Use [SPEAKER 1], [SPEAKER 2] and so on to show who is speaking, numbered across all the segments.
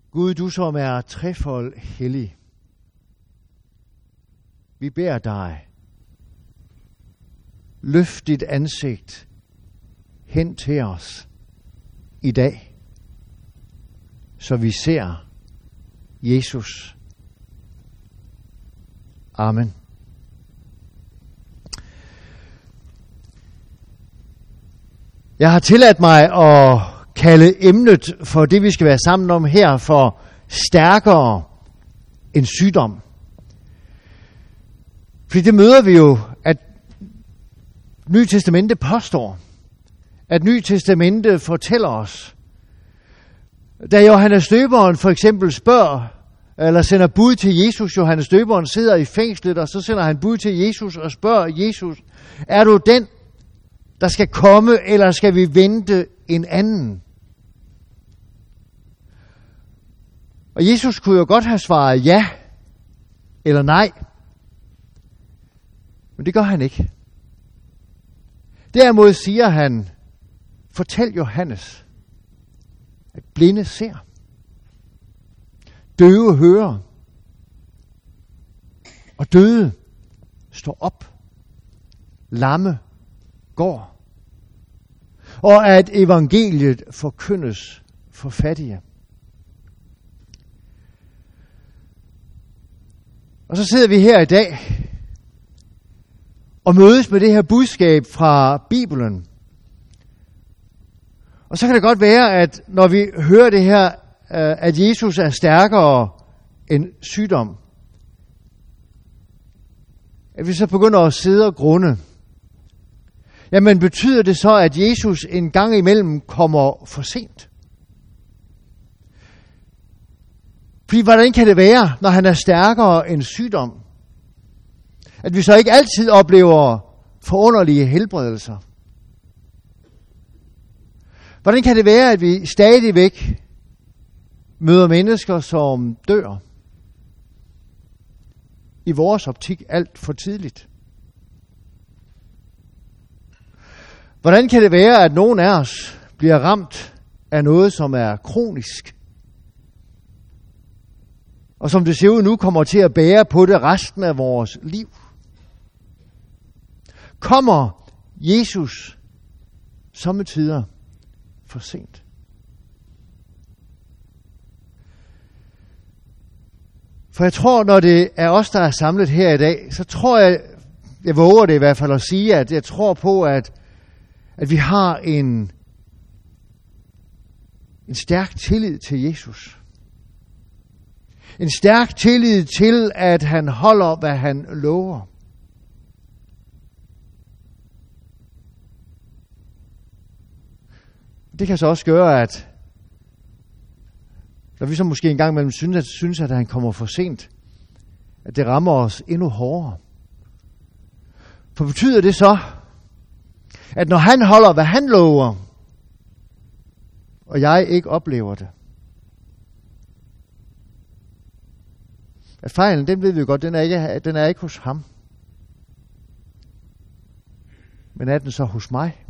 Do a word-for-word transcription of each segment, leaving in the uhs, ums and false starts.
[SPEAKER 1] Gud, du som er trefold hellig, vi beder dig, løft dit ansigt hen til os i dag, så vi ser Jesus. Amen. Jeg har tilladt mig at kalde emnet for det, vi skal være sammen om her, for stærkere end sygdom. Fordi det møder vi jo, at Nye Testamente påstår, at Nye Testamente fortæller os. Da Johannes Døberen for eksempel spørger, eller sender bud til Jesus, Johannes Døberen sidder i fængslet, og så sender han bud til Jesus og spørger Jesus, er du den, der skal komme, eller skal vi vente en anden? Og Jesus kunne jo godt have svaret ja eller nej, men det gør han ikke. Derimod siger han, fortæl Johannes, at blinde ser, døve hører, og døde står op, lamme går, og at evangeliet forkyndes for fattige. Og så sidder vi her i dag og mødes med det her budskab fra Bibelen. Og så kan det godt være, at når vi hører det her, at Jesus er stærkere end sygdom, at vi så begynder at sidde og grunde. Jamen betyder det så, at Jesus en gang imellem kommer for sent? Fordi hvordan kan det være, når han er stærkere end sygdom, at vi så ikke altid oplever forunderlige helbredelser? Hvordan kan det være, at vi stadigvæk møder mennesker, som dør i vores optik alt for tidligt? Hvordan kan det være, at nogen af os bliver ramt af noget, som er kronisk, og som det ser ud nu, kommer til at bære på det resten af vores liv? Kommer Jesus sommetider for sent? For jeg tror, når det er os, der er samlet her i dag, så tror jeg, jeg våger det i hvert fald at sige, at jeg tror på, at, at vi har en, en stærk tillid til Jesus. En stærk tillid til, at han holder, hvad han lover. Det kan så også gøre, at når vi så måske en gang imellem synes, at, synes, at han kommer for sent, at det rammer os endnu hårdere. For betyder det så, at når han holder, hvad han lover, og jeg ikke oplever det, at fejlen, den ved vi jo godt, den er ikke, den er ikke hos ham. Men er den så hos mig?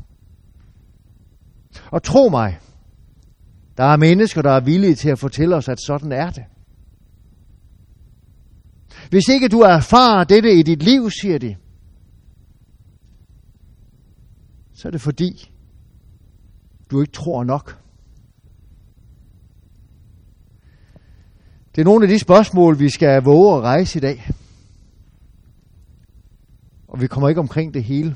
[SPEAKER 1] Og tro mig, der er mennesker, der er villige til at fortælle os, at sådan er det. Hvis ikke du erfarer dette i dit liv, siger de, så er det fordi, du ikke tror nok. Det er nogle af de spørgsmål, vi skal våge at rejse i dag. Og vi kommer ikke omkring det hele.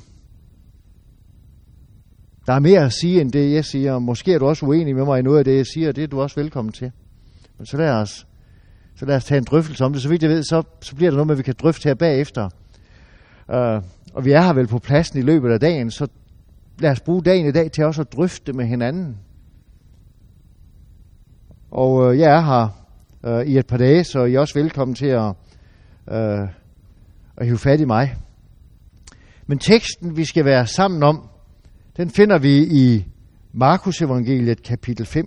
[SPEAKER 1] Der er mere at sige, end det jeg siger. Måske er du også uenig med mig i noget af det, jeg siger, og det er du også velkommen til. Men så lad os, så lad os tage en drøftelse om det. Så vidt jeg ved, så, så bliver der noget med, vi kan drøfte her bagefter. Uh, og vi er her vel på pladsen i løbet af dagen, så lad os bruge dagen i dag til også at drøfte med hinanden. Og uh, jeg er her uh, i et par dage, så I er også velkommen til at, uh, at hive fat i mig. Men teksten, vi skal være sammen om, den finder vi i Markus evangeliet kapitel fem.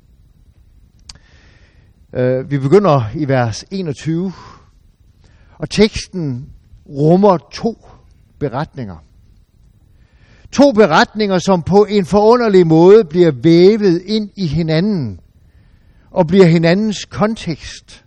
[SPEAKER 1] Uh, vi begynder i vers enogtyve, og teksten rummer to beretninger. To beretninger, som på en forunderlig måde bliver vævet ind i hinanden, og bliver hinandens kontekst.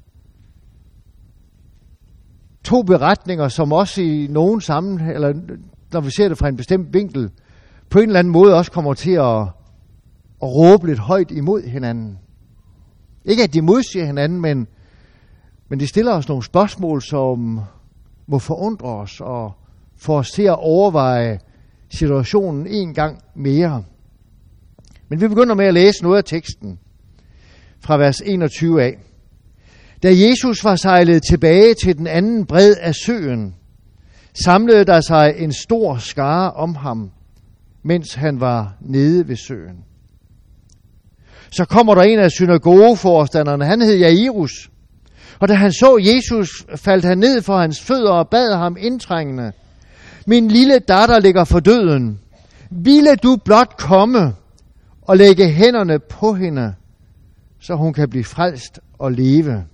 [SPEAKER 1] To beretninger, som også i nogen sammen, eller når vi ser det fra en bestemt vinkel, på en eller anden måde også kommer til at, at råbe lidt højt imod hinanden. Ikke at de modsiger hinanden, men, men de stiller os nogle spørgsmål, som må forundre os og få os til at overveje situationen en gang mere. Men vi begynder med at læse noget af teksten fra vers enogtyve af. Da Jesus var sejlet tilbage til den anden bred af søen, samlede der sig en stor skare om ham, mens han var nede ved søen. Så kommer der en af synagogeforstanderne, han hed Jairus, og da han så Jesus, faldt han ned for hans fødder og bad ham indtrængende: min lille datter ligger for døden. Ville du blot komme og lægge hænderne på hende, så hun kan blive frelst og leve?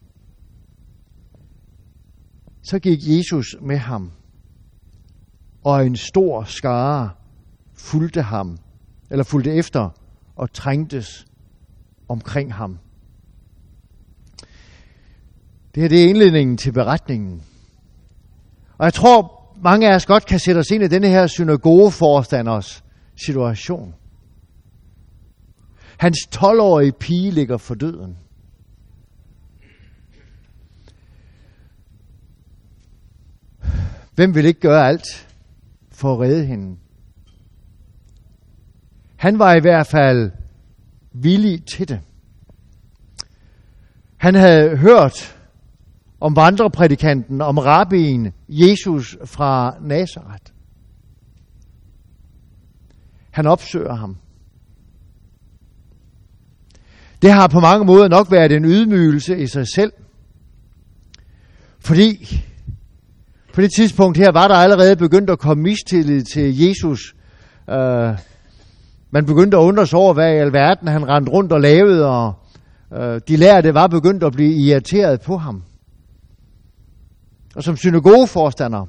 [SPEAKER 1] Så gik Jesus med ham, og en stor skare fulgte ham, eller fulgte efter og trængtes omkring ham. Det her det er indledningen til beretningen. Og jeg tror, mange af os godt kan sætte os ind i denne her synagogeforstanders situation. Hans tolv-årige pige ligger for døden. Hvem vil ikke gøre alt for at redde hende? Han var i hvert fald villig til det. Han havde hørt om vandreprædikanten, om rabbien Jesus fra Nazaret. Han opsøger ham. Det har på mange måder nok været en ydmygelse i sig selv. Fordi på det tidspunkt her var der allerede begyndt at komme mistillid til Jesus. Uh, man begyndte at undre sig over, hvad i alverden han rendte rundt og lavede, og uh, de lærte var begyndt at blive irriteret på ham. Og som synagogeforstander,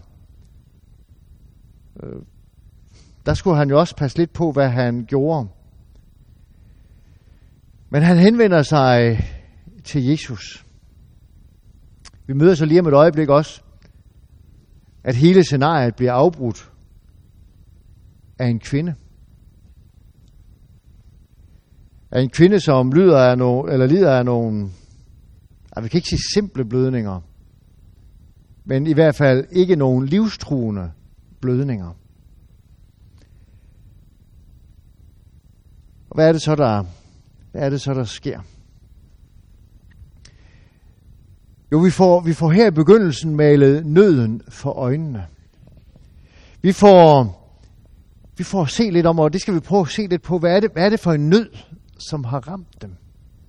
[SPEAKER 1] uh, der skulle han jo også passe lidt på, hvad han gjorde. Men han henvender sig til Jesus. Vi møder så lige om et øjeblik også, at hele scenariet bliver afbrudt af en kvinde. Af en kvinde, som lider af nogle, eller lider af nogle, vi kan ikke sige simple blødninger, men i hvert fald ikke nogen livstruende blødninger. Og hvad er det så, der, hvad er det så, der sker? Jo, vi får, vi får her i begyndelsen malet nøden for øjnene. Vi får, vi får se lidt om, og det skal vi prøve at se lidt på, hvad er det, hvad er det for en nød, som har ramt dem.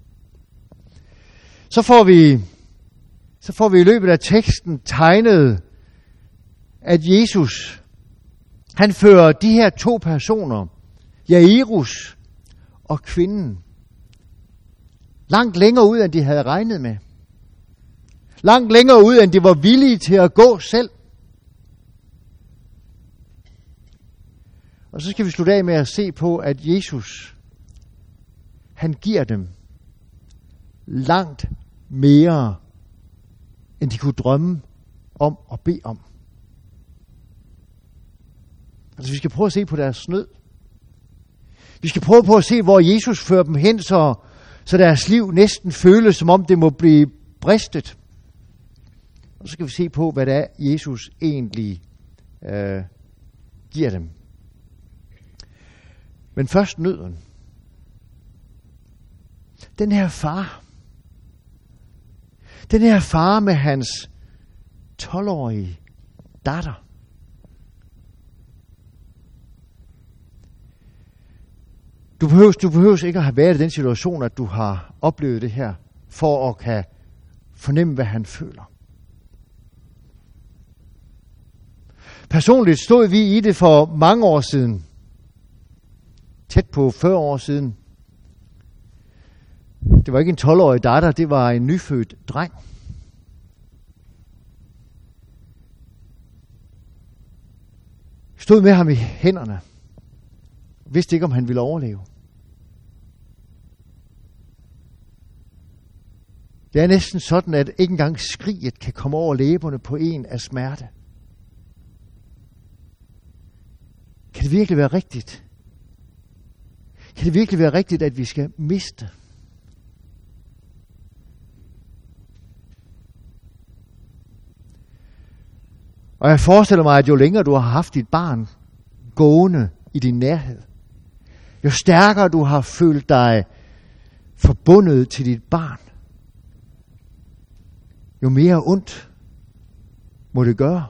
[SPEAKER 1] Så får vi, så får vi i løbet af teksten tegnet, at Jesus, han fører de her to personer, Jairus og kvinden, langt længere ud, end de havde regnet med. Langt længere ud, end de var villige til at gå selv. Og så skal vi slutte af med at se på, at Jesus, han giver dem langt mere, end de kunne drømme om og bede om. Altså vi skal prøve at se på deres nød. Vi skal prøve på at se, hvor Jesus fører dem hen, så, så deres liv næsten føles, som om det må blive bristet. Og så skal vi se på, hvad det er, Jesus egentlig øh, giver dem. Men først nøden. Den her far. Den her far med hans tolv-årige datter. Du behøver, du behøver ikke at have været i den situation, at du har oplevet det her, for at kan fornemme, hvad han føler. Personligt stod vi i det for mange år siden. Tæt på fyrre år siden. Det var ikke en tolv-årig datter, det var en nyfødt dreng. Stod med ham i hænderne. Vidste ikke, om han ville overleve. Det er næsten sådan, at ikke engang skriget kan komme over læberne på en af smerte. Kan det virkelig være rigtigt? Kan det virkelig være rigtigt, at vi skal miste? Og jeg forestiller mig, at jo længere du har haft dit barn gående i din nærhed, jo stærkere du har følt dig forbundet til dit barn, jo mere ondt må det gøre.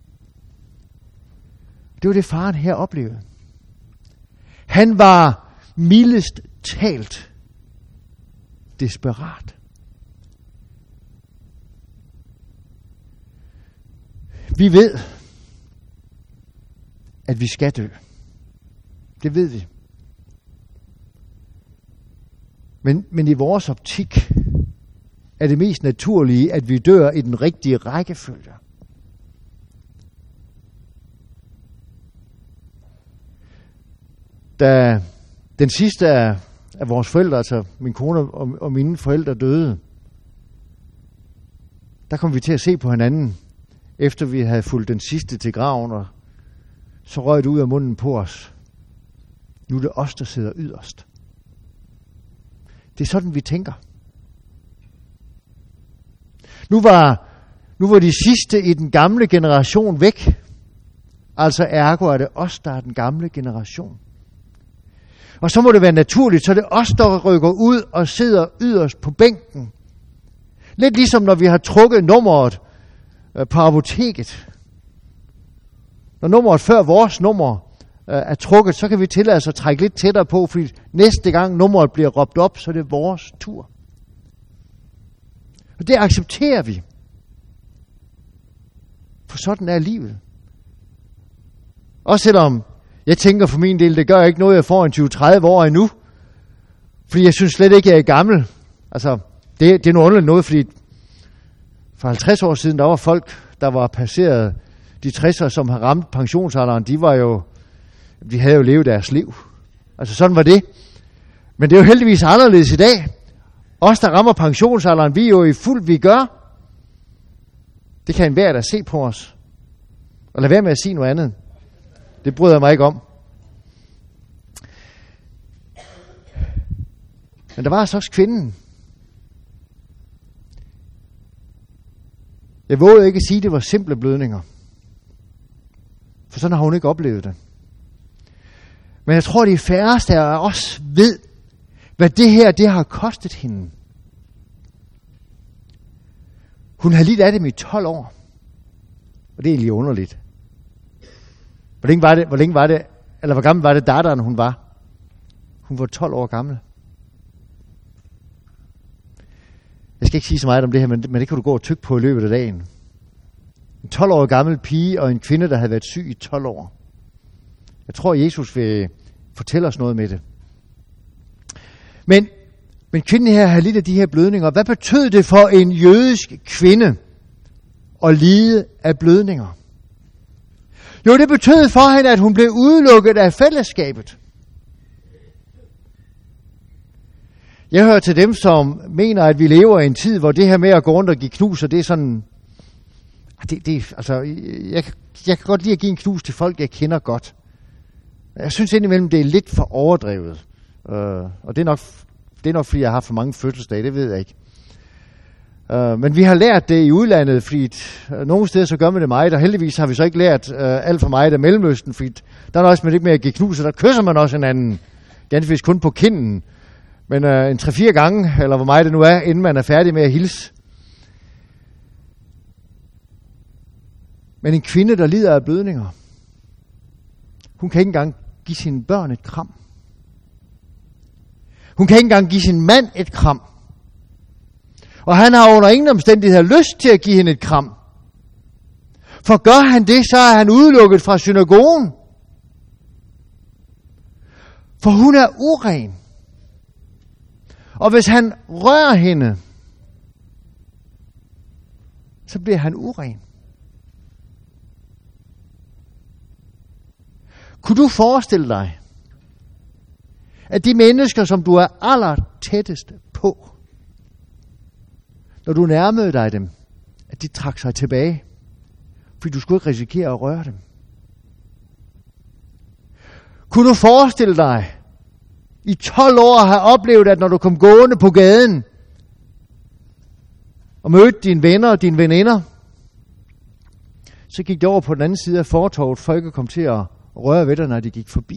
[SPEAKER 1] Det var det, faren her oplevede. Han var mildest talt desperat. Vi ved, at vi skal dø. Det ved vi. Men, men i vores optik er det mest naturlige, at vi dør i den rigtige rækkefølge. Da den sidste af, af vores forældre, altså min kone og, og mine forældre døde, der kom vi til at se på hinanden, efter vi havde fulgt den sidste til graven, og så røg det ud af munden på os. Nu er det os, der sidder yderst. Det er sådan, vi tænker. Nu var, nu var de sidste i den gamle generation væk. Altså ergo er det os, der er den gamle generation. Og så må det være naturligt, så det er os, der rykker ud og sidder yderst på bænken. Lidt ligesom når vi har trukket nummeret på apoteket. Når nummeret før vores nummer er trukket, så kan vi tillade os at trække lidt tættere på, fordi næste gang nummeret bliver råbt op, så er det vores tur. Og det accepterer vi. For sådan er livet. Også selvom jeg tænker for min del, det gør ikke noget, jeg får en tyve til tredive år endnu. Fordi jeg synes slet ikke, jeg er gammel. Altså, det, det er noget underligt noget, fordi for halvtreds år siden, der var folk, der var passeret de tresser, som har ramt pensionsalderen, de var jo, de havde jo levet deres liv. Altså sådan var det. Men det er jo heldigvis anderledes i dag. Os, der rammer pensionsalderen, vi er jo i fuld vi gør. Det kan enhver da se på os. Og lad være med at sige noget andet. Det bryder jeg mig ikke om. Men der var altså også kvinden. Jeg vågede ikke at sige, at det var simple blødninger. For sådan har hun ikke oplevet det. Men jeg tror, de færreste af os ved, hvad det her det har kostet hende. Hun har lidt af dem i tolv år. Og det er egentlig underligt. Hvor længe var det, hvor længe var det, eller hvor gammel var det datteren, hun var? Hun var tolv år gammel. Jeg skal ikke sige så meget om det her, men, men det kan du gå og tykke på i løbet af dagen. En tolv år gammel pige og en kvinde, der havde været syg i tolv år. Jeg tror, Jesus vil fortælle os noget med det. Men, men kvinden her havde lidt af de her blødninger. Hvad betød det for en jødisk kvinde at lide af blødninger? Jo, det betød for hende, at hun blev udelukket af fællesskabet. Jeg hører til dem, som mener, at vi lever i en tid, hvor det her med at gå rundt og give knus, og det er sådan... Det, det, altså, jeg, jeg kan godt lide at give en knus til folk, jeg kender godt. Jeg synes indimellem, det er lidt for overdrevet. Uh, og det er, nok, det er nok, fordi jeg har for mange fødselsdage, det ved jeg ikke. Uh, men vi har lært det i udlandet, fordi uh, nogle steder så gør man det meget, og heldigvis har vi så ikke lært uh, alt for meget af Mellemøsten, fordi der er også med ikke med at give knus, og der kysser man også hinanden, ganske kun på kinden. Men uh, en tre-fire gange, eller hvor meget det nu er, inden man er færdig med at hilse. Men en kvinde, der lider af blødninger, hun kan ikke engang give sine børn et kram. Hun kan ikke engang give sin mand et kram. Og han har under ingen omstændigheder lyst til at give hende et kram. For gør han det, så er han udelukket fra synagogen. For hun er uren. Og hvis han rører hende, så bliver han uren. Kunne du forestille dig, at de mennesker, som du er aller tættest på, når du nærmede dig dem, at de trak sig tilbage, fordi du skulle ikke risikere at røre dem. Kunne du forestille dig, i tolv år have oplevet, at når du kom gående på gaden, og mødte dine venner og dine veninder, så gik det over på den anden side af fortovet, for ikke at komme til at røre ved dig, når de gik forbi.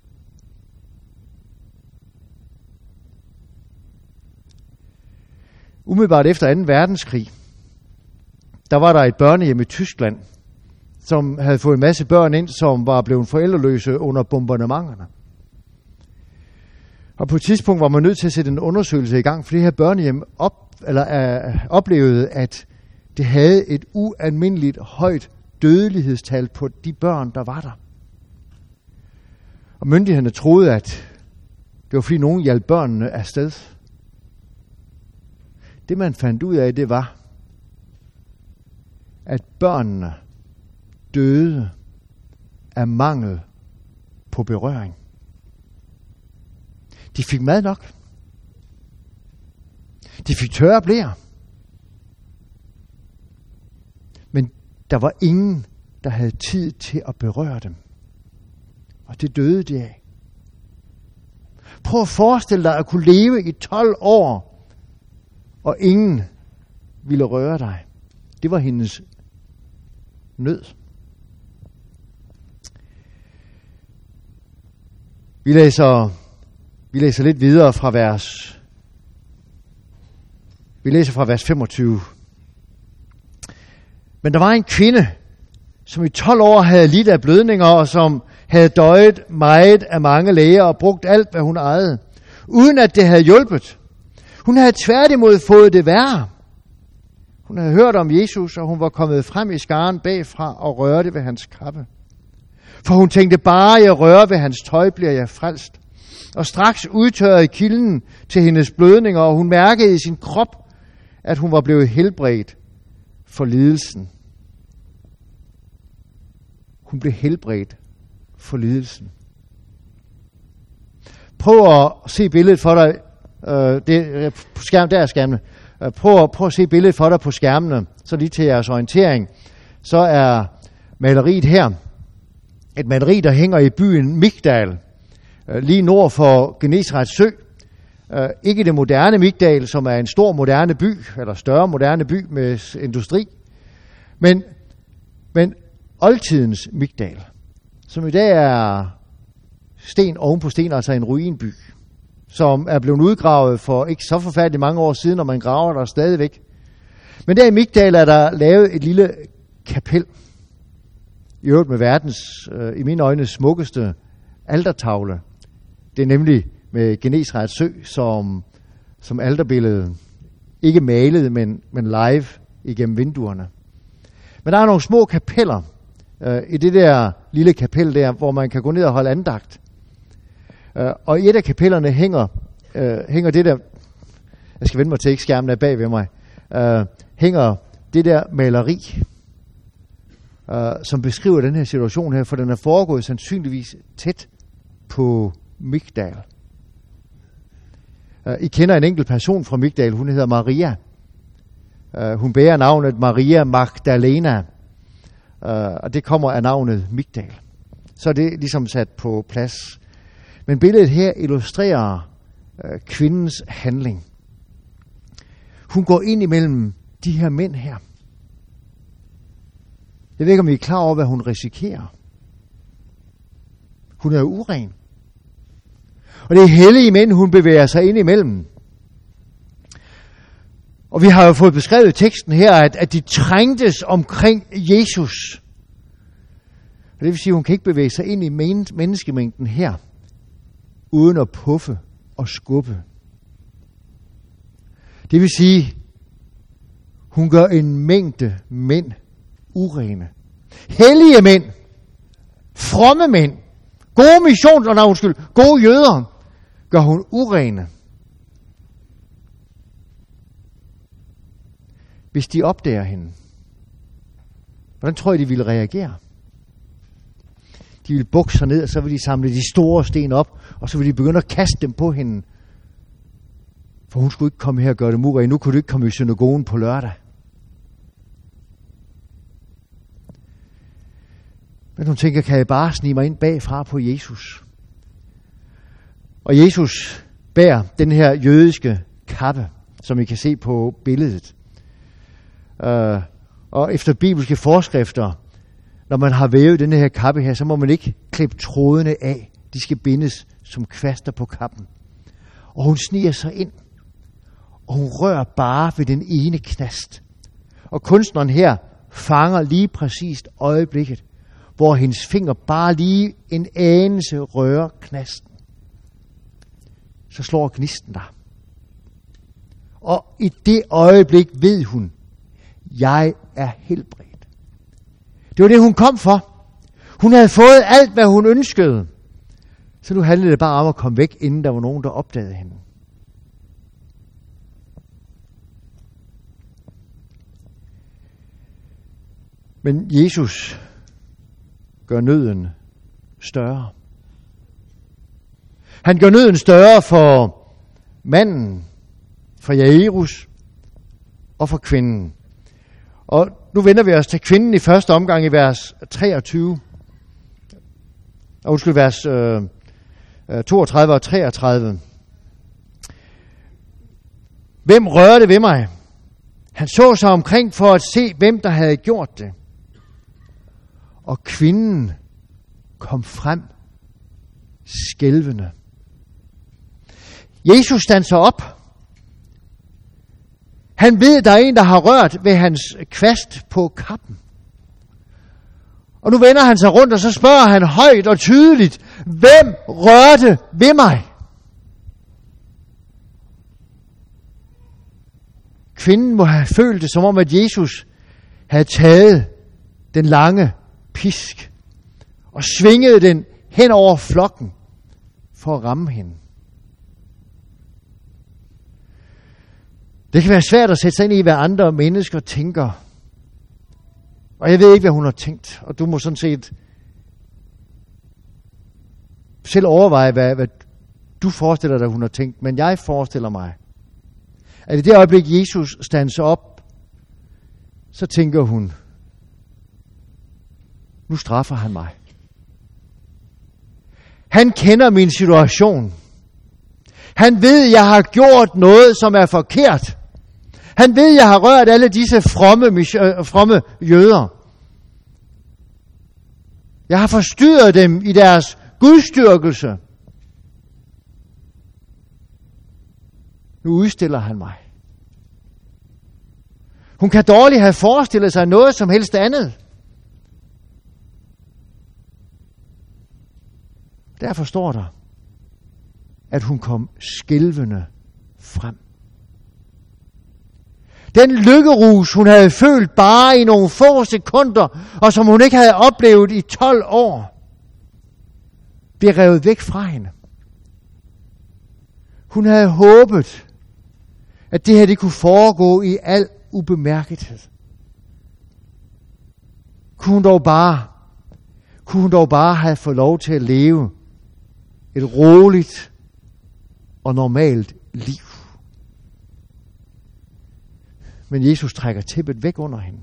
[SPEAKER 1] Umiddelbart efter anden verdenskrig, der var der et børnehjem i Tyskland, som havde fået en masse børn ind, som var blevet forældreløse under bombardementerne. Og på et tidspunkt var man nødt til at sætte en undersøgelse i gang, for det her børnehjem op, eller, øh, oplevede, at det havde et ualmindeligt højt dødelighedstal på de børn, der var der. Og myndighederne troede, at det var fordi nogen hjalp børnene afsted. Det man fandt ud af, det var, at børnene døde af mangel på berøring. De fik mad nok. De fik tørre bleer. Men der var ingen, der havde tid til at berøre dem. Og det døde de af. Prøv at forestille dig at kunne leve i tolv år, og ingen ville røre dig. Det var hendes nød. Vi læser, vi læser lidt videre fra vers. Vi læser fra vers femogtyve. Men der var en kvinde, som i tolv år havde lidt af blødninger, og som havde døjet meget af mange læger og brugt alt, hvad hun ejede, uden at det havde hjulpet. Hun havde tværtimod fået det værre. Hun havde hørt om Jesus, og hun var kommet frem i skaren bagfra og rørte ved hans kappe. For hun tænkte, bare jeg rører ved hans tøj, bliver jeg frelst. Og straks udtørrede kilden til hendes blødninger, og hun mærkede i sin krop, at hun var blevet helbredt for lidelsen. Hun blev helbredt for lidelsen. Prøv at se billedet for dig. Øh, det, på skærm, der er skærmene. Øh, prøv, at, prøv at se billedet for dig på skærmene, så lige til jeres orientering. Så er maleriet her et maleri, der hænger i byen Migdal, øh, lige nord for Genesarets sø. Øh, ikke det moderne Migdal, som er en stor moderne by, eller større moderne by med industri, men, men oldtidens Migdal, som i dag er sten oven på sten, altså en ruinby, som er blevet udgravet for ikke så forfærdeligt mange år siden, og man graver der stadigvæk. Men der i Migdal er der lavet et lille kapel, i øvrigt med verdens, øh, i mine øjne, smukkeste altertavle. Det er nemlig med Genesarets sø som, som alterbillede. Ikke malet, men, men live igennem vinduerne. Men der er nogle små kapeller øh, i det der lille kapel der, hvor man kan gå ned og holde andagt. Øh, og i et af kapellerne hænger, øh, hænger det der, jeg skal vende mig til, ikke skærmen er bag ved mig, øh, hænger det der maleri, øh, som beskriver den her situation her, for den er foregået sandsynligvis tæt på Migdal. Uh, I kender en enkelt person fra Migdal, hun hedder Maria. Uh, hun bærer navnet Maria Magdalena, uh, og det kommer af navnet Migdal. Så er det ligesom sat på plads. Men billedet her illustrerer uh, kvindens handling. Hun går ind imellem de her mænd her. Jeg ved ikke, om I er klar over, hvad hun risikerer. Hun er jo uren. Og det er hellige mænd, hun bevæger sig ind imellem. Og vi har jo fået beskrevet i teksten her, at, at de trængtes omkring Jesus. Og det vil sige, at hun kan ikke bevæge sig ind i men- menneskemængden her, uden at puffe og skubbe. Det vil sige, hun gør en mængde mænd urene. Hellige mænd, fromme mænd, gode missions, og nej, undskyld, gode jøder, gør hun urene. Hvis de opdager hende, hvordan tror I, de ville reagere? De ville bukke sig ned, og så ville de samle de store sten op, og så ville de begynde at kaste dem på hende, For hun skulle ikke komme her og gøre det muligt. Nu kunne du ikke komme i synagogen på lørdag. Men hun tænker, kan jeg bare snige mig ind bagfra på Jesus? Og Jesus bærer den her jødiske kappe, som I kan se på billedet. Uh, og efter bibelske forskrifter, når man har vævet den her kappe her, så må man ikke klippe trådene af. De skal bindes som kvaster på kappen. Og hun sniger sig ind, og hun rører bare ved den ene knast. Og kunstneren her fanger lige præcist øjeblikket, hvor hendes finger bare lige en anelse rører knasten. Så slår gnisten der. Og i det øjeblik ved hun, jeg er helbredt. Det var det, hun kom for. Hun havde fået alt, hvad hun ønskede. Så nu handlede det bare om at komme væk, inden der var nogen, der opdagede hende. Men Jesus gør nøden større. Han gør nøden større for manden, for Jairus og for kvinden. Og nu vender vi os til kvinden i første omgang i vers treogtyve. Og undskyld, vers øh, toogtredive og treogtredive. Hvem rørte ved mig? Han så sig omkring for at se, hvem der havde gjort det. Og kvinden kom frem skælvende. Jesus standser op. Han ved, der er en, der har rørt ved hans kvast på kappen. Og nu vender han sig rundt, og så spørger han højt og tydeligt, hvem rørte ved mig? Kvinden må have følt det, som om at Jesus havde taget den lange pisk og svingede den hen over flokken for at ramme hende. Det kan være svært at sætte sig ind i, hvad andre mennesker tænker. Og jeg ved ikke, hvad hun har tænkt. Og du må sådan set selv overveje, hvad, hvad du forestiller dig, hun har tænkt. Men jeg forestiller mig, at i det øjeblik, Jesus standser op, så tænker hun, nu straffer han mig. Han kender min situation. Han ved, jeg har gjort noget, som er forkert. Han ved, jeg har rørt alle disse fromme, øh, fromme jøder. Jeg har forstyrret dem i deres gudstyrkelse. Nu udstiller han mig. Hun kan dårligt have forestillet sig noget som helst andet. Derfor står der, at hun kom skælvende frem. Den lykkerus, hun havde følt bare i nogle få sekunder, og som hun ikke havde oplevet i tolv år, blev revet væk fra hende. Hun havde håbet, at det her det kunne foregå i al ubemærkethed. Kunne hun dog bare, kunne hun dog bare have fået lov til at leve et roligt og normalt liv. Men Jesus trækker tæppet væk under hende.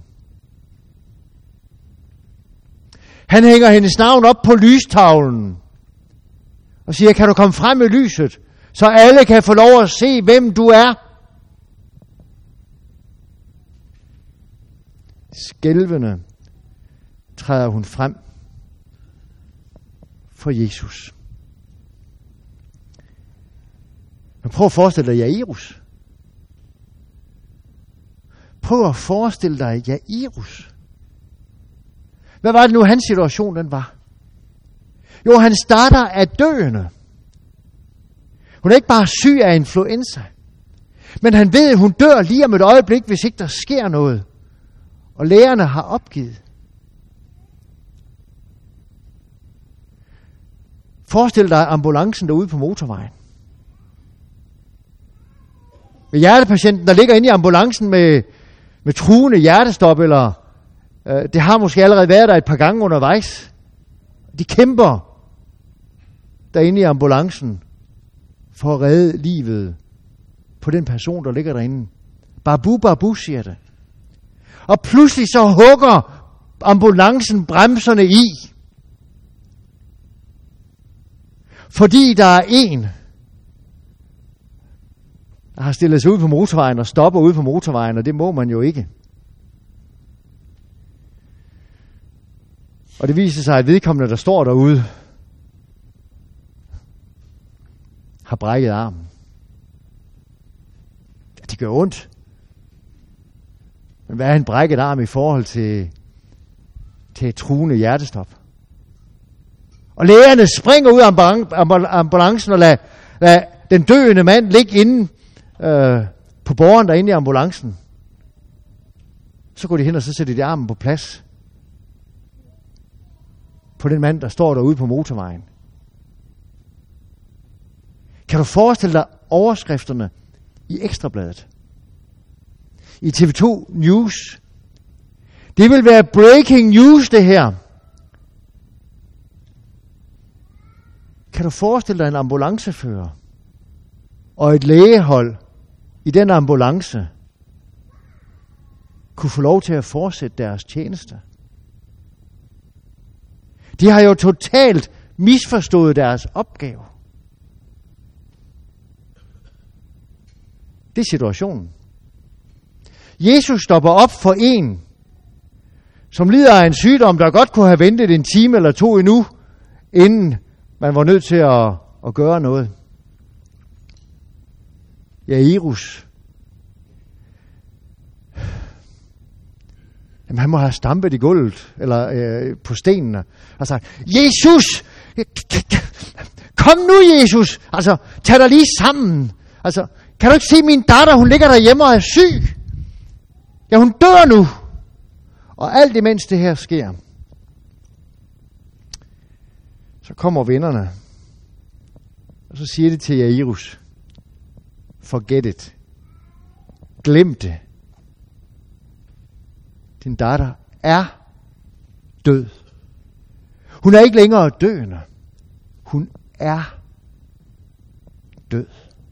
[SPEAKER 1] Han hænger hendes navn op på lystavlen og siger, kan du komme frem med lyset, så alle kan få lov at se, hvem du er. Skælvende træder hun frem for Jesus. Men prøv at forestille dig Jairus. Prøv at forestille dig Jairus. Hvad var det nu, hans situation den var? Jo, han starter af døende. Hun er ikke bare syg af influenza. Men han ved, at hun dør lige om et øjeblik, hvis ikke der sker noget. Og lægerne har opgivet. Forestil dig ambulancen derude på motorvejen. Med hjertepatienten, der ligger inde i ambulancen med, med truende hjertestop, eller øh, det har måske allerede været der et par gange undervejs. De kæmper derinde i ambulancen for at redde livet på den person, der ligger derinde. Babu, babu, siger det. Og pludselig så hugger ambulancen bremserne i. Fordi der er en, der har stillet sig ud på motorvejen og stopper ude på motorvejen, og det må man jo ikke. Og det viser sig, at vedkommende, der står derude, har brækket armen. Ja, det gør ondt. Men hvad er en brækket arm i forhold til, til et truende hjertestop? Og lægerne springer ud af ambulancen og lader, lader den døende mand ligge inde øh, på borgeren derinde i ambulancen. Så går de hen, og så sætter de armen på plads på den mand, der står derude på motorvejen. Kan du forestille dig overskrifterne i Ekstrabladet? I T V to News. Det vil være breaking news, det her. Kan du forestille dig en ambulancefører og et lægehold i den ambulance kunne få lov til at fortsætte deres tjeneste? De har jo totalt misforstået deres opgave. Det er situationen. Jesus stopper op for en, som lider af en sygdom, der godt kunne have ventet en time eller to endnu, inden man var nødt til at, at gøre noget. Jairus. Jamen, han må have stampet i gulvet, eller øh, på stenene, og sagt, Jesus! Kom nu, Jesus! Altså, tag dig lige sammen! Altså, kan du ikke se min datter, hun ligger derhjemme og er syg? Ja, hun dør nu! Og alt imens det her sker, så kommer vennerne, og så siger de til Jairus, forget it. Glem det. Din datter er død. Hun er ikke længere døende. Hun er død.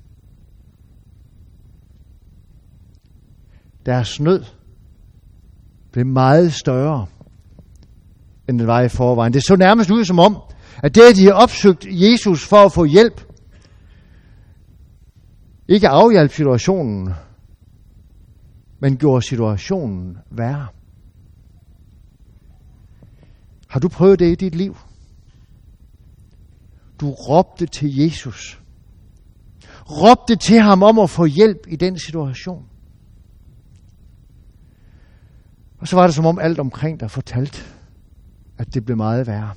[SPEAKER 1] Deres nød blev meget større, end den var i forvejen. Det så nærmest ud som om, at det, at de har opsøgt Jesus for at få hjælp, ikke afhjalp situationen, men gjorde situationen værre. Har du prøvet det i dit liv? Du råbte til Jesus. Råbte til ham om at få hjælp i den situation. Og så var det som om alt omkring dig fortalte, at det blev meget værre.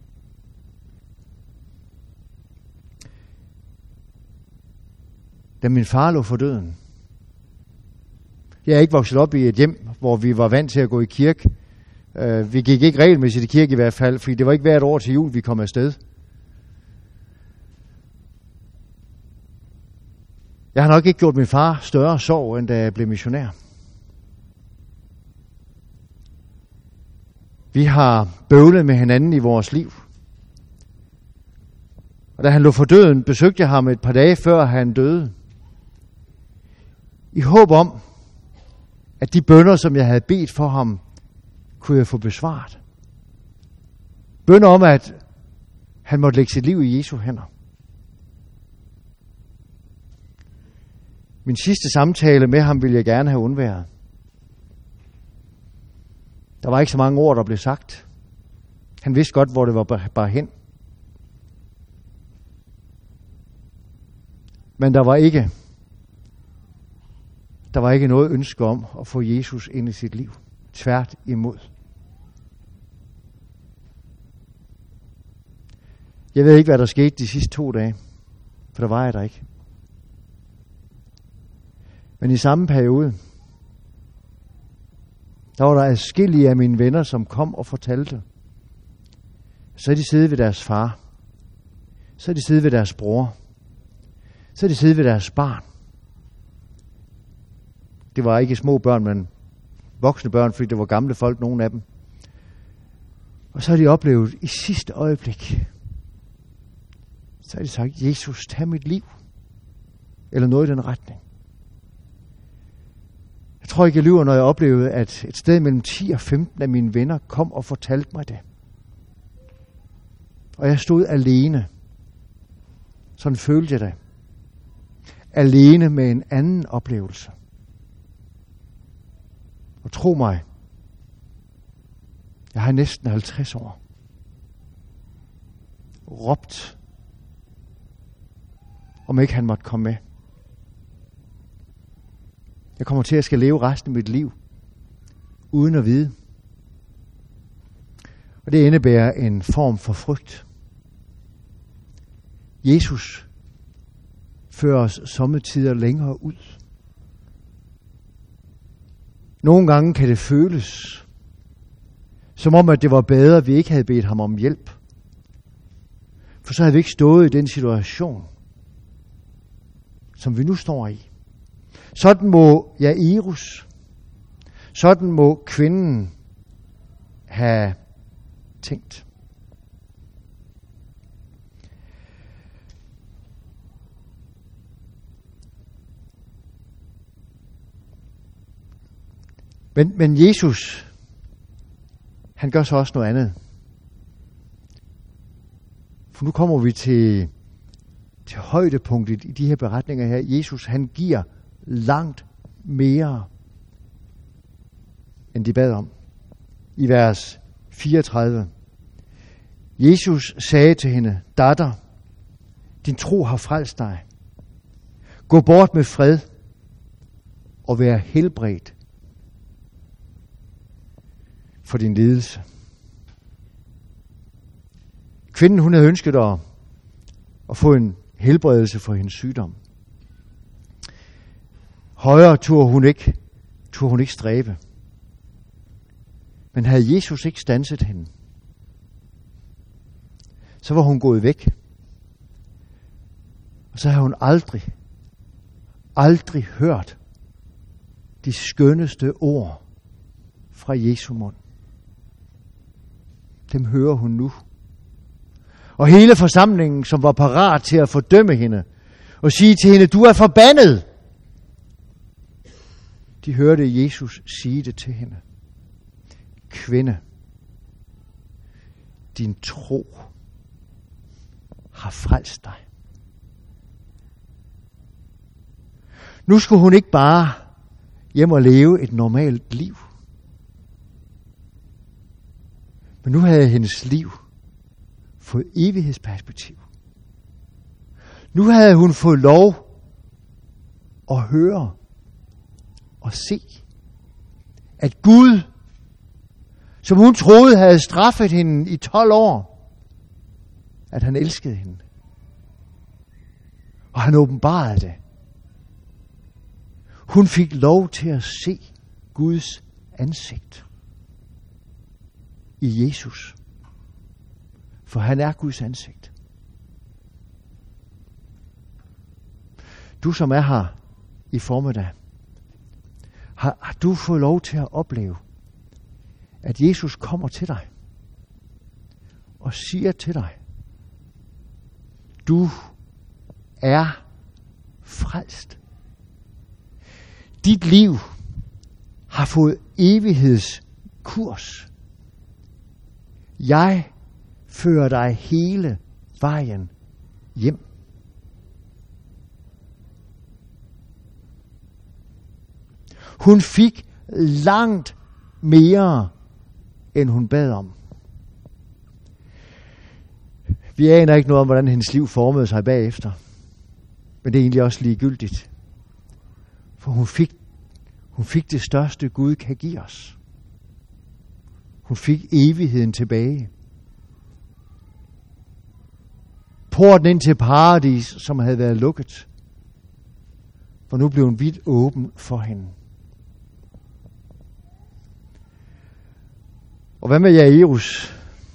[SPEAKER 1] Da min far lå for døden. Jeg er ikke vokset op i et hjem, hvor vi var vant til at gå i kirke. Uh, vi gik ikke regelmæssigt i kirke i hvert fald, fordi det var ikke hvert år til jul, vi kom afsted. Jeg har nok ikke gjort min far større sorg, end da jeg blev missionær. Vi har bøvlet med hinanden i vores liv. Og da han lå for døden, besøgte jeg ham et par dage før han døde. I håb om, at de bønner, som jeg havde bedt for ham, kunne jeg få besvaret. Bønner om, at han måtte lægge sit liv i Jesu hænder. Min sidste samtale med ham ville jeg gerne have undværet. Der var ikke så mange ord, der blev sagt. Han vidste godt, hvor det var bare hen. Men der var ikke, der var ikke noget ønske om at få Jesus ind i sit liv. Tvært imod. Jeg ved ikke, hvad der skete de sidste to dage, for der var jeg der ikke. Men i samme periode, der var der adskillige af mine venner, som kom og fortalte. Så er de siddet ved deres far. Så er de siddet ved deres bror. Så er de siddet ved deres barn. Det var ikke små børn, men voksne børn, fordi det var gamle folk, nogle af dem. Og så har de oplevet i sidste øjeblik, så har de sagt, Jesus, tag mit liv. Eller noget i den retning. tror ikke, jeg lyver, når jeg oplevede, at et sted mellem ti og femten af mine venner kom og fortalte mig det. Og jeg stod alene. Sådan følte jeg det. Alene med en anden oplevelse. Og tro mig, jeg har næsten halvtreds år råbt, om ikke han måtte komme med. Jeg kommer til at skal leve resten af mit liv uden at vide. Og det indebærer en form for frygt. Jesus fører os sommetider længere ud. Nogle gange kan det føles, som om at det var bedre, at vi ikke havde bedt ham om hjælp. For så havde vi ikke stået i den situation, som vi nu står i. Sådan må Jairus, sådan må kvinden have tænkt. Men, men Jesus, han gør så også noget andet. For nu kommer vi til, til højdepunktet i de her beretninger her. Jesus, han giver langt mere, end de bad om. I vers fireogtredive. Jesus sagde til hende, datter, din tro har frelst dig. Gå bort med fred og vær helbredt for din lidelse. Kvinden, hun havde ønsket at, at få en helbredelse for hendes sygdom. Højere turde hun ikke, turde hun ikke stræbe. Men havde Jesus ikke standset hende, så var hun gået væk. Og så havde hun aldrig, aldrig hørt de skønneste ord fra Jesu mund. Dem hører hun nu. Og hele forsamlingen, som var parat til at fordømme hende og sige til hende, du er forbandet, de hørte Jesus sige det til hende. Kvinde, din tro har frelst dig. Nu skulle hun ikke bare hjem og leve et normalt liv. Men nu havde hendes liv fået evighedsperspektiv. Nu havde hun fået lov at høre og se, at Gud, som hun troede havde straffet hende i tolv år, at han elskede hende. Og han åbenbarede det. Hun fik lov til at se Guds ansigt i Jesus. For han er Guds ansigt. Du som er her i formiddag, har, har du fået lov til at opleve, at Jesus kommer til dig og siger til dig, du er frelst. Dit liv har fået evighedskurs. Jeg fører dig hele vejen hjem. Hun fik langt mere, end hun bad om. Vi aner ikke noget om, hvordan hendes liv formede sig bagefter. Men det er egentlig også ligegyldigt. For hun fik, hun fik det største Gud kan give os. Hun fik evigheden tilbage. Porten ind til paradis, som havde været lukket. For nu blev hun vidt åben for hende. Og hvad med Jairus?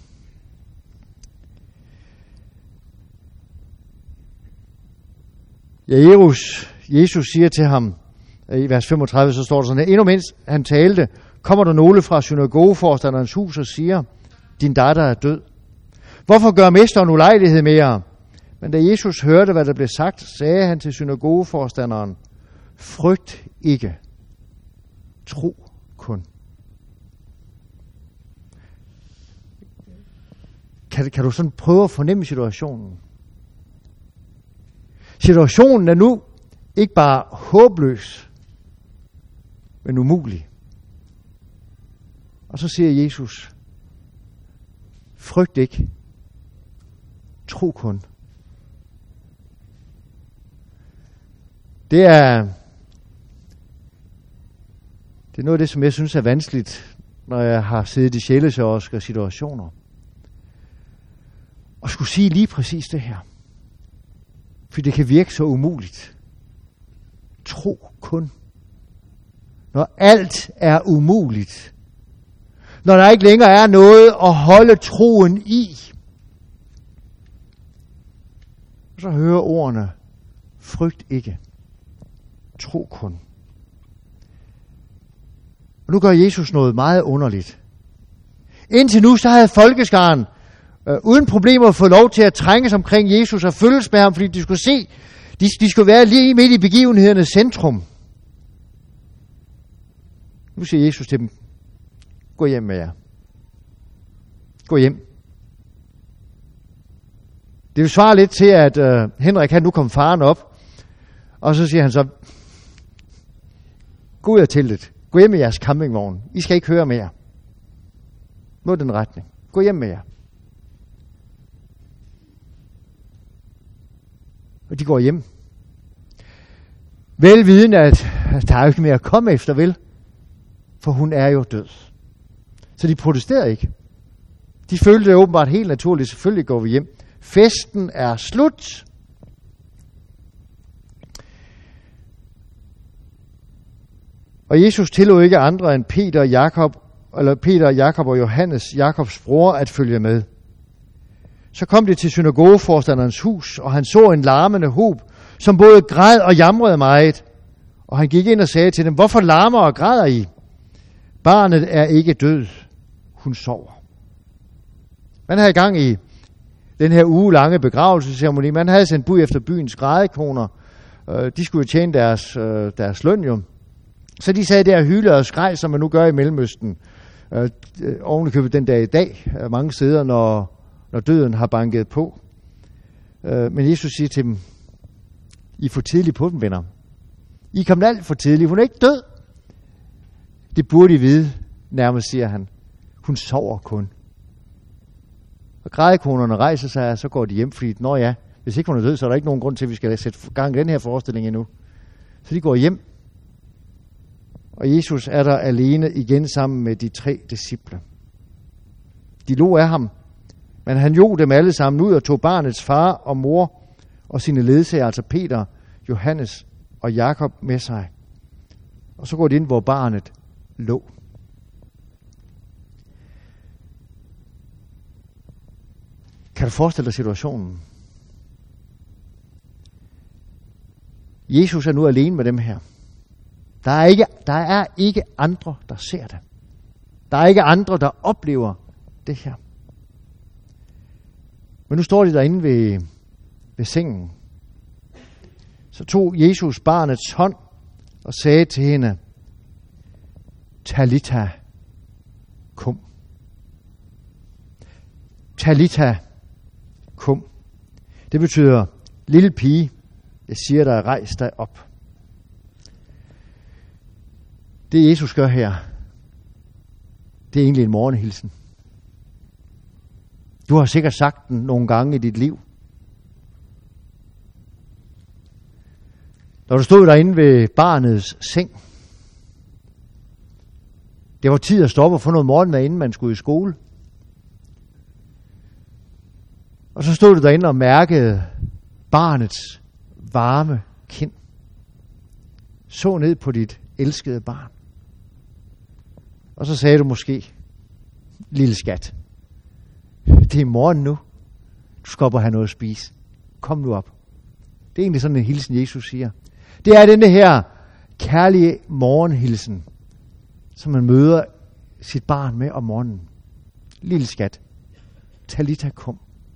[SPEAKER 1] Jairus, Jesus siger til ham, i vers femogtredive, så står der sådan her, endnu mens han talte, kommer der nogle fra synagogeforstanderens hus og siger, din datter er død. Hvorfor gør mesteren ulejlighed med jer? Men da Jesus hørte, hvad der blev sagt, sagde han til synagogeforstanderen, frygt ikke. Tro kun. Kan, kan du sådan prøve at fornemme situationen? Situationen er nu ikke bare håbløs, men umulig. Og så siger Jesus, frygt ikke, tro kun. Det er, det er noget af det, som jeg synes er vanskeligt, når jeg har siddet i sjælesørgske situationer. Og skulle sige lige præcis det her. For det kan virke så umuligt. Tro kun. Når alt er umuligt. Når der ikke længere er noget at holde troen i. Så hører ordene, frygt ikke. Tro kun. Og nu gør Jesus noget meget underligt. Indtil nu så havde folkeskaren øh, uden problemer fået lov til at trænges omkring Jesus og følges med ham, fordi de skulle se, de, de skulle være lige midt i begivenhedernes centrum. Nu siger Jesus til dem, gå hjem med jer. Gå hjem. Det vil svare lidt til, at øh, Henrik han nu kom faren op, og så siger han så, gå ud af teltet. Gå hjem med jeres campingvogn. I skal ikke høre mere. Mod den retning. Gå hjem med jer. Og de går hjem. Velvidende, at der er jo ikke mere at komme efter, vel? For hun er jo død. Så de protesterede ikke. De følte det åbenbart helt naturligt. Selvfølgelig går vi hjem. Festen er slut. Og Jesus tillod ikke andre end Peter, Jakob, eller Peter, Jakob og Johannes, Jakobs bror, at følge med. Så kom de til synagogeforstanderens hus, og han så en larmende hob, som både græd og jamrede meget. Og han gik ind og sagde til dem, hvorfor larmer og græder I? Barnet er ikke død, hun sover. Man havde gang i den her ugelange begravelsesceremoni. Man havde sendt bud efter byens grædekoner. De skulle jo tjene deres, deres løn jo. Så de sagde der hyle og skreg, som man nu gør i Mellemøsten. Øh, ovenikøbet den dag i dag, mange steder, når, når døden har banket på. Øh, men Jesus siger til dem, I er for tidligt på den, venner. I er kommet alt for tidligt. Hun er ikke død. Det burde I vide, nærmest siger han. Hun sover kun. Og grædekonerne rejser sig, og så går de hjem, fordi, nå ja, hvis ikke hun er død, så er der ikke nogen grund til, at vi skal sætte gang i den her forestilling endnu. Så de går hjem. Og Jesus er der alene igen sammen med de tre disciple. De lå af ham, men han jog dem alle sammen ud og tog barnets far og mor og sine ledsager, altså Peter, Johannes og Jakob med sig. Og så går de ind, hvor barnet lå. Kan du forestille dig situationen? Jesus er nu alene med dem her. Der er ikke, der er ikke andre, der ser det. Der er ikke andre, der oplever det her. Men nu står de derinde ved, ved sengen. Så tog Jesus barnets hånd og sagde til hende, Talita, kum. Talita, kum. Det betyder, lille pige, jeg siger dig, rejs dig op. Det Jesus gør her, det er egentlig en morgenhilsen. Du har sikkert sagt den nogle gange i dit liv. Når du stod derinde ved barnets seng. Det var tid at stoppe og få noget morgenmad, inden man skulle i skole. Og så stod du derinde og mærkede barnets varme kind. Så ned på dit elskede barn. Og så sagde du måske, lille skat, det er morgen nu. Du skal op og have noget at spise. Kom nu op. Det er egentlig sådan en hilsen, Jesus siger. Det er denne her kærlige morgenhilsen, som man møder sit barn med om morgenen. Lille skat, Talita kum.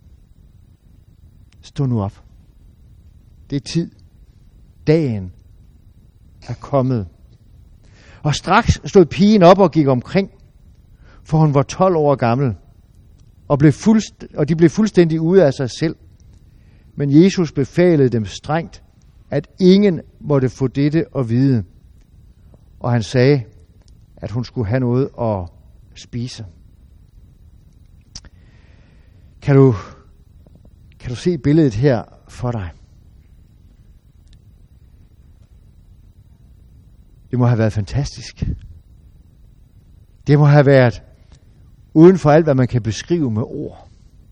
[SPEAKER 1] Stå nu op. Det er tid. Dagen er kommet. Og straks stod pigen op og gik omkring, for hun var tolv år gammel, og, blev fuldst- og de blev fuldstændig ude af sig selv. Men Jesus befalede dem strengt, at ingen måtte få dette at vide. Og han sagde, at hun skulle have noget at spise. Kan du, kan du se billedet her for dig? Det må have været fantastisk. Det må have været uden for alt, hvad man kan beskrive med ord.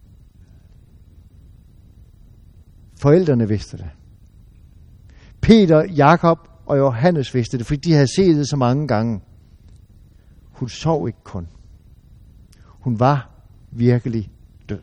[SPEAKER 1] Forældrene vidste det. Peter, Jakob og Johannes vidste det, fordi de havde set det så mange gange. Hun sov ikke kun. Hun var virkelig død.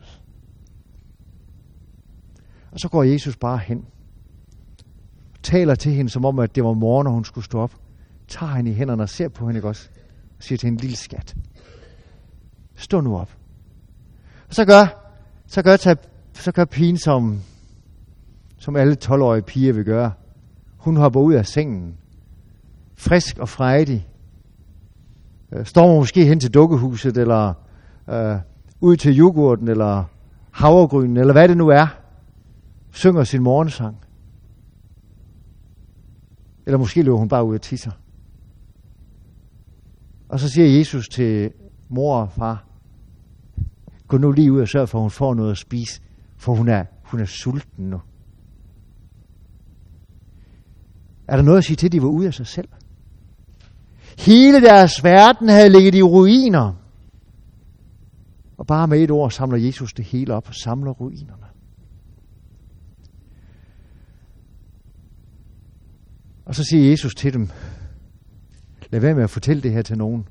[SPEAKER 1] Og så går Jesus bare hen. Taler til hende, som om at det var morgen, og hun skulle stå op. Tager hende i hænderne og ser på hende, ikke også? Og siger til hende, lille skat. Stå nu op. Og så gør, så gør, så gør pigen, som, som alle tolv-årige piger vil gøre. Hun hopper ud af sengen. Frisk og frejdig. Står måske hen til dukkehuset, eller øh, ud til yoghurten, eller havregrynen, eller hvad det nu er. Synger sin morgensang. Eller måske løber hun bare ud og tisser. Og så siger Jesus til mor og far, gå nu lige ud og sørg for, at hun får noget at spise, for hun er, hun er sulten nu. Er der noget at sige til, at de var ude af sig selv? Hele deres verden havde ligget i ruiner. Og bare med et ord samler Jesus det hele op og samler ruinerne. Og så siger Jesus til dem, lad være med at fortælle det her til nogen.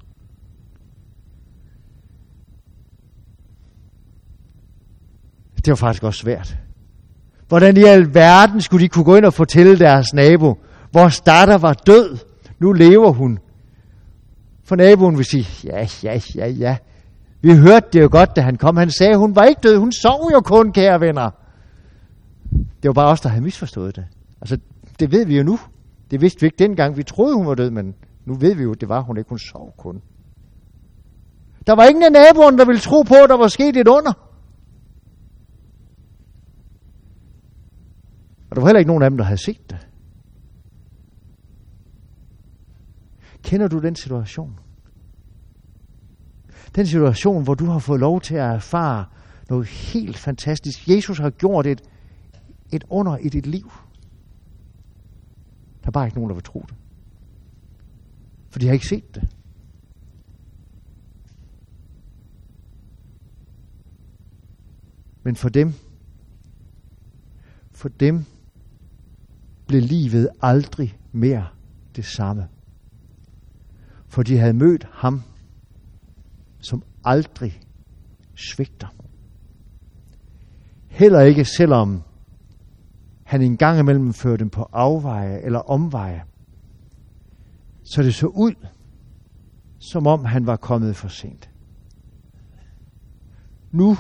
[SPEAKER 1] Det var faktisk også svært. Hvordan i alverden skulle de kunne gå ind og fortælle deres nabo, vores datter var død, nu lever hun. For naboen vil sige, ja, ja, ja, ja. Vi hørte det jo godt, da han kom. Han sagde, hun var ikke død, hun sov jo kun, kære venner. Det var bare os, der havde misforstået det. Altså, det ved vi jo nu. Det vidste vi ikke dengang. Vi troede, hun var død, men nu ved vi jo, det var hun ikke. Hun sov kun. Der var ingen af naboerne, der ville tro på, at der var sket et under. Og der var heller ikke nogen af dem, der havde set det. Kender du den situation? Den situation, hvor du har fået lov til at erfare noget helt fantastisk. Jesus har gjort et, et under i dit liv. Der er bare ikke nogen, der vil tro det. For de har ikke set det. Men for dem, for dem blev livet aldrig mere det samme. For de havde mødt ham, som aldrig svigter. Heller ikke selvom han en gang imellem førte dem på afveje eller omveje, så det så ud, som om han var kommet for sent. Nu,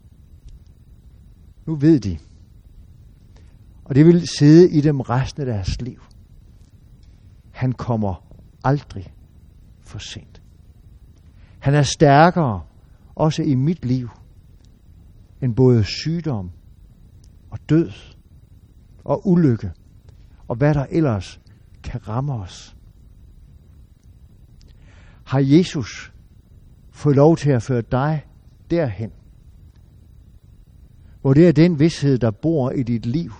[SPEAKER 1] nu ved de, og det vil sidde i dem resten af deres liv. Han kommer aldrig for sent. Han er stærkere, også i mit liv, end både sygdom og død og ulykke, og hvad der ellers kan ramme os. Har Jesus fået lov til at føre dig derhen, hvor det er den vished, der bor i dit liv,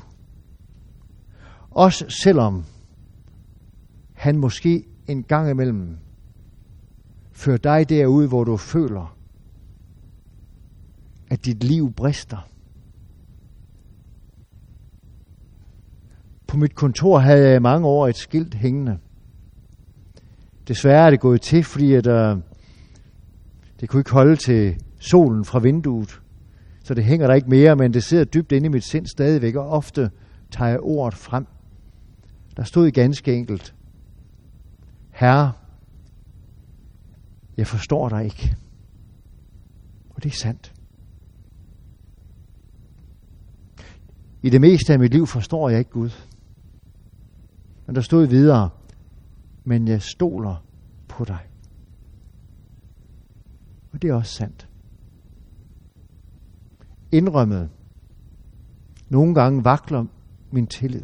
[SPEAKER 1] også selvom han måske en gang imellem fører dig derud, hvor du føler, at dit liv brister. På mit kontor havde jeg i mange år et skilt hængende. Desværre er det gået til, fordi at, uh, det kunne ikke holde til solen fra vinduet. Så det hænger der ikke mere, men det sidder dybt inde i mit sind stadigvæk, og ofte tager jeg ordet frem. Der stod ganske enkelt, Herre, jeg forstår dig ikke. Og det er sandt. I det meste af mit liv forstår jeg ikke Gud. Men der stod videre, men jeg stoler på dig. Og det er også sandt. Indrømmet. Nogle gange vakler min tillid.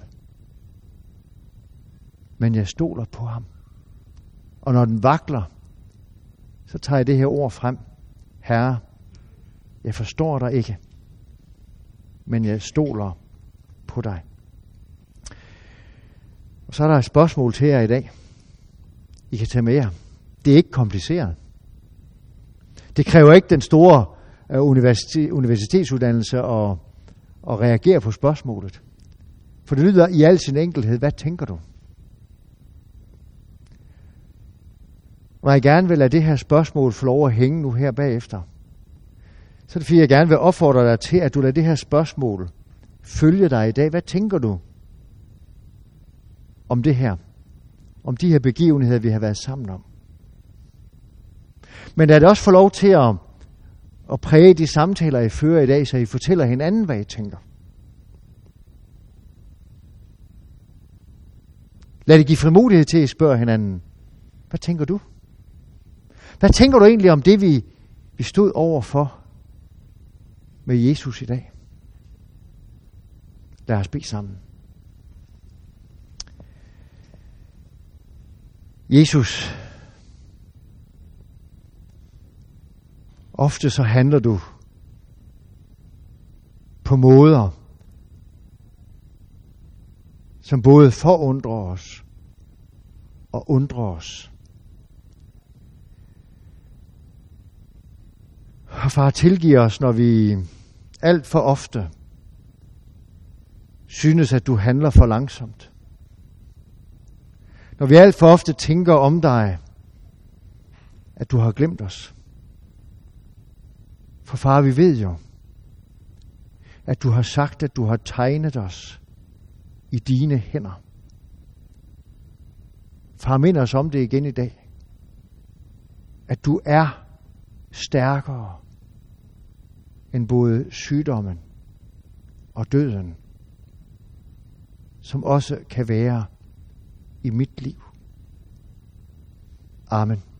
[SPEAKER 1] Men jeg stoler på ham. Og når den vakler, så tager jeg det her ord frem. Herre, jeg forstår dig ikke, men jeg stoler på dig. Og så er der et spørgsmål til jer i dag. I kan tage med jer. Det er ikke kompliceret. Det kræver ikke den store uh, universitet, universitetsuddannelse at, at reagere på spørgsmålet. For det lyder i al sin enkelhed, hvad tænker du? Når jeg gerne vil lade det her spørgsmål få lov at hænge nu her bagefter, så er det fordi, jeg gerne vil opfordre dig til, at du lader det her spørgsmål følge dig i dag. Hvad tænker du om det her? Om de her begivenheder, vi har været sammen om? Men lad det også få lov til at, at præge de samtaler, I fører i dag, så I fortæller hinanden, hvad I tænker. Lad det give frimodighed til, at I spørger hinanden. Hvad tænker du? Hvad tænker du egentlig om det, vi, vi stod overfor med Jesus i dag? Lad os bede sammen. Jesus, ofte så handler du på måder, som både forundrer os og undrer os. Og far, tilgiv os, når vi alt for ofte synes, at du handler for langsomt. Når vi alt for ofte tænker om dig, at du har glemt os. For far, vi ved jo, at du har sagt, at du har tegnet os i dine hænder. Far, mind os om det igen i dag. At du er stærkere end både sygdommen og døden, som også kan være i mit liv. Amen.